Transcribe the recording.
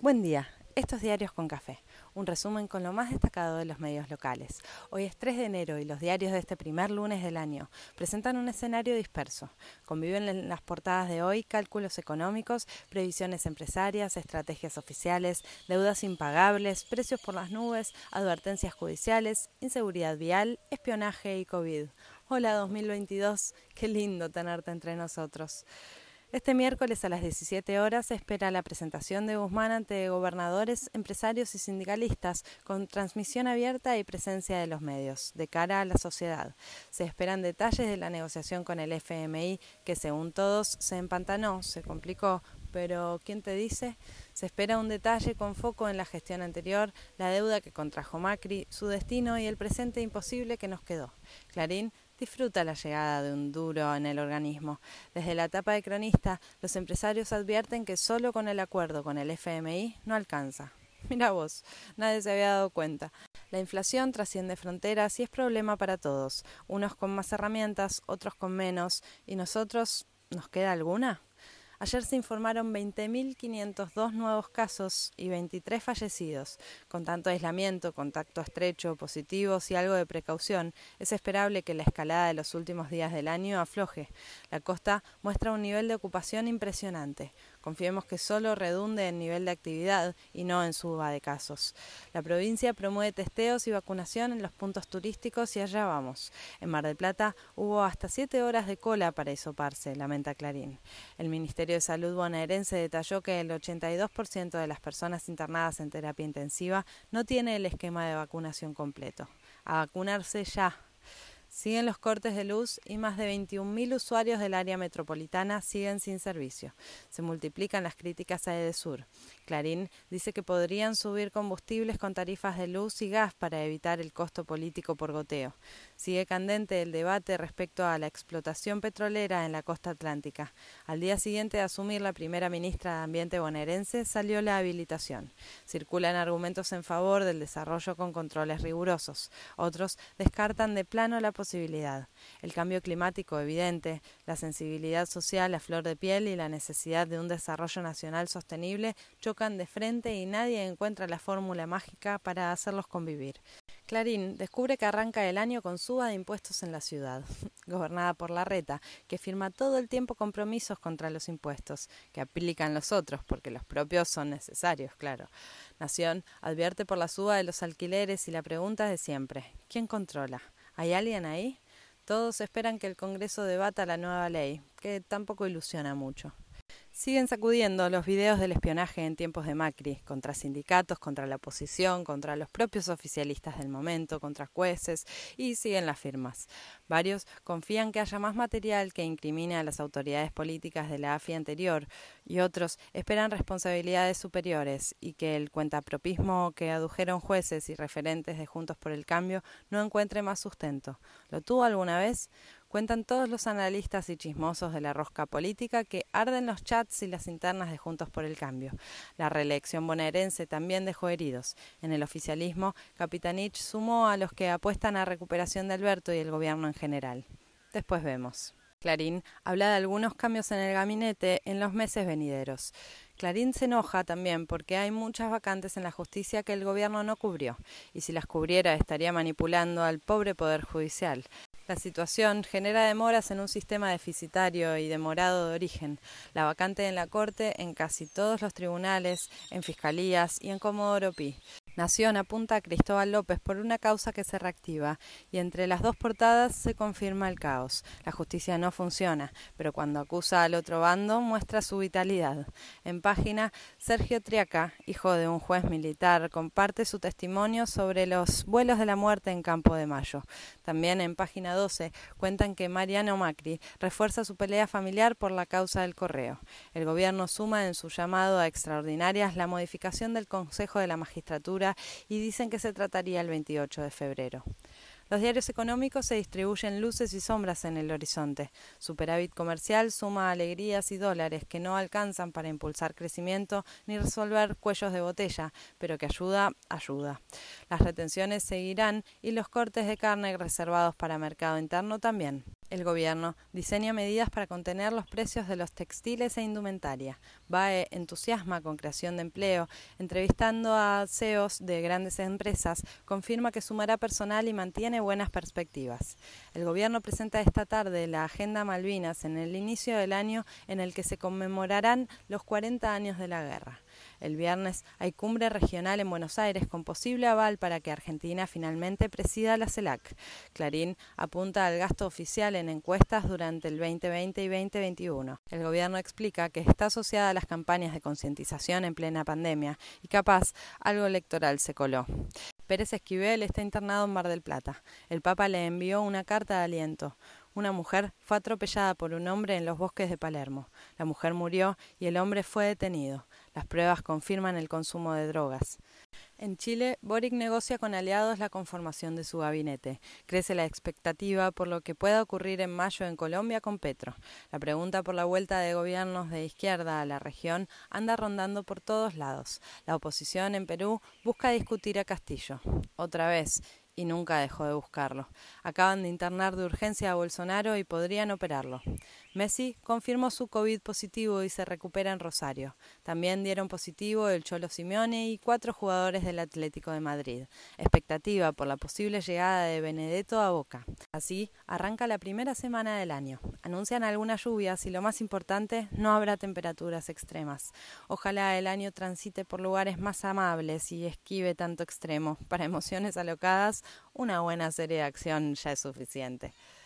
Buen día, estos diarios con café, un resumen con lo más destacado de los medios locales. Hoy es 3 de enero y los diarios de este primer lunes del año presentan un escenario disperso. Conviven en las portadas de hoy cálculos económicos, previsiones empresarias, estrategias oficiales, deudas impagables, precios por las nubes, advertencias judiciales, inseguridad vial, espionaje y COVID. Hola 2022, qué lindo tenerte entre nosotros. Este miércoles a las 17 horas se espera la presentación de Guzmán ante gobernadores, empresarios y sindicalistas con transmisión abierta y presencia de los medios, de cara a la sociedad. Se esperan detalles de la negociación con el FMI, que según todos se empantanó, se complicó, pero ¿quién te dice? Se espera un detalle con foco en la gestión anterior, la deuda que contrajo Macri, su destino y el presente imposible que nos quedó. Clarín disfruta la llegada de un duro en el organismo. Desde la etapa de cronista, los empresarios advierten que solo con el acuerdo con el FMI no alcanza. Mira vos, nadie se había dado cuenta. La inflación trasciende fronteras y es problema para todos, unos con más herramientas, otros con menos, ¿y nosotros nos queda alguna? Ayer se informaron 20.502 nuevos casos y 23 fallecidos. Con tanto aislamiento, contacto estrecho, positivos y algo de precaución, es esperable que la escalada de los últimos días del año afloje. La costa muestra un nivel de ocupación impresionante. Confiemos que solo redunde en nivel de actividad y no en suba de casos. La provincia promueve testeos y vacunación en los puntos turísticos y allá vamos. En Mar del Plata hubo hasta 7 horas de cola para hisoparse, lamenta Clarín. El Ministerio de Salud bonaerense detalló que el 82% de las personas internadas en terapia intensiva no tiene el esquema de vacunación completo. A vacunarse ya. Siguen los cortes de luz y más de 21.000 usuarios del área metropolitana siguen sin servicio. Se multiplican las críticas a Edesur. Clarín dice que podrían subir combustibles con tarifas de luz y gas para evitar el costo político por goteo. Sigue candente el debate respecto a la explotación petrolera en la costa atlántica. Al día siguiente de asumir la primera ministra de Ambiente bonaerense salió la habilitación. Circulan argumentos en favor del desarrollo con controles rigurosos. Otros descartan de plano la posibilidad. El cambio climático evidente, la sensibilidad social a flor de piel y la necesidad de un desarrollo nacional sostenible chocan de frente y nadie encuentra la fórmula mágica para hacerlos convivir. Clarín descubre que arranca el año con suba de impuestos en la ciudad, gobernada por Larreta, que firma todo el tiempo compromisos contra los impuestos, que aplican los otros, porque los propios son necesarios, claro. Nación advierte por la suba de los alquileres y la pregunta es de siempre, ¿quién controla? ¿Hay alguien ahí? Todos esperan que el Congreso debata la nueva ley, que tampoco ilusiona mucho. Siguen sacudiendo los videos del espionaje en tiempos de Macri, contra sindicatos, contra la oposición, contra los propios oficialistas del momento, contra jueces, y siguen las firmas. Varios confían que haya más material que incrimine a las autoridades políticas de la AFI anterior, y otros esperan responsabilidades superiores y que el cuentapropismo que adujeron jueces y referentes de Juntos por el Cambio no encuentre más sustento. ¿Lo tuvo alguna vez? Cuentan todos los analistas y chismosos de la rosca política que arden los chats y las internas de Juntos por el Cambio. La reelección bonaerense también dejó heridos. En el oficialismo, Capitanich sumó a los que apuestan a recuperación de Alberto y el gobierno en general. Después vemos. Clarín habla de algunos cambios en el gabinete en los meses venideros. Clarín se enoja también porque hay muchas vacantes en la justicia que el gobierno no cubrió, y si las cubriera estaría manipulando al pobre Poder Judicial. La situación genera demoras en un sistema deficitario y demorado de origen. La vacante en la Corte, en casi todos los tribunales, en fiscalías y en Comodoro Pi. Nación apunta a Cristóbal López por una causa que se reactiva y entre las dos portadas se confirma el caos. La justicia no funciona, pero cuando acusa al otro bando muestra su vitalidad. En página, Sergio Triaca, hijo de un juez militar, comparte su testimonio sobre los vuelos de la muerte en Campo de Mayo. También en página 12 cuentan que Mariano Macri refuerza su pelea familiar por la causa del correo. El gobierno suma en su llamado a extraordinarias la modificación del Consejo de la Magistratura y dicen que se trataría el 28 de febrero. Los diarios económicos se distribuyen luces y sombras en el horizonte. Superávit comercial suma alegrías y dólares que no alcanzan para impulsar crecimiento ni resolver cuellos de botella, pero que ayuda. Las retenciones seguirán y los cortes de carne reservados para mercado interno también. El gobierno diseña medidas para contener los precios de los textiles e indumentaria. BAE entusiasma con creación de empleo. Entrevistando a CEOs de grandes empresas, confirma que sumará personal y mantiene buenas perspectivas. El gobierno presenta esta tarde la Agenda Malvinas en el inicio del año en el que se conmemorarán los 40 años de la guerra. El viernes hay cumbre regional en Buenos Aires con posible aval para que Argentina finalmente presida la CELAC. Clarín apunta al gasto oficial en encuestas durante el 2020 y 2021. El gobierno explica que está asociada a las campañas de concientización en plena pandemia y capaz algo electoral se coló. Pérez Esquivel está internado en Mar del Plata. El Papa le envió una carta de aliento. Una mujer fue atropellada por un hombre en los bosques de Palermo. La mujer murió y el hombre fue detenido. Las pruebas confirman el consumo de drogas. En Chile, Boric negocia con aliados la conformación de su gabinete. Crece la expectativa por lo que pueda ocurrir en mayo en Colombia con Petro. La pregunta por la vuelta de gobiernos de izquierda a la región anda rondando por todos lados. La oposición en Perú busca discutir a Castillo. Otra vez. Y nunca dejó de buscarlo. Acaban de internar de urgencia a Bolsonaro y podrían operarlo. Messi confirmó su COVID positivo y se recupera en Rosario. También dieron positivo el Cholo Simeone y 4 jugadores del Atlético de Madrid. Expectativa por la posible llegada de Benedetto a Boca. Así arranca la primera semana del año. Anuncian algunas lluvias y lo más importante, no habrá temperaturas extremas. Ojalá el año transite por lugares más amables y esquive tanto extremo. Para emociones alocadas, una buena serie de acción ya es suficiente.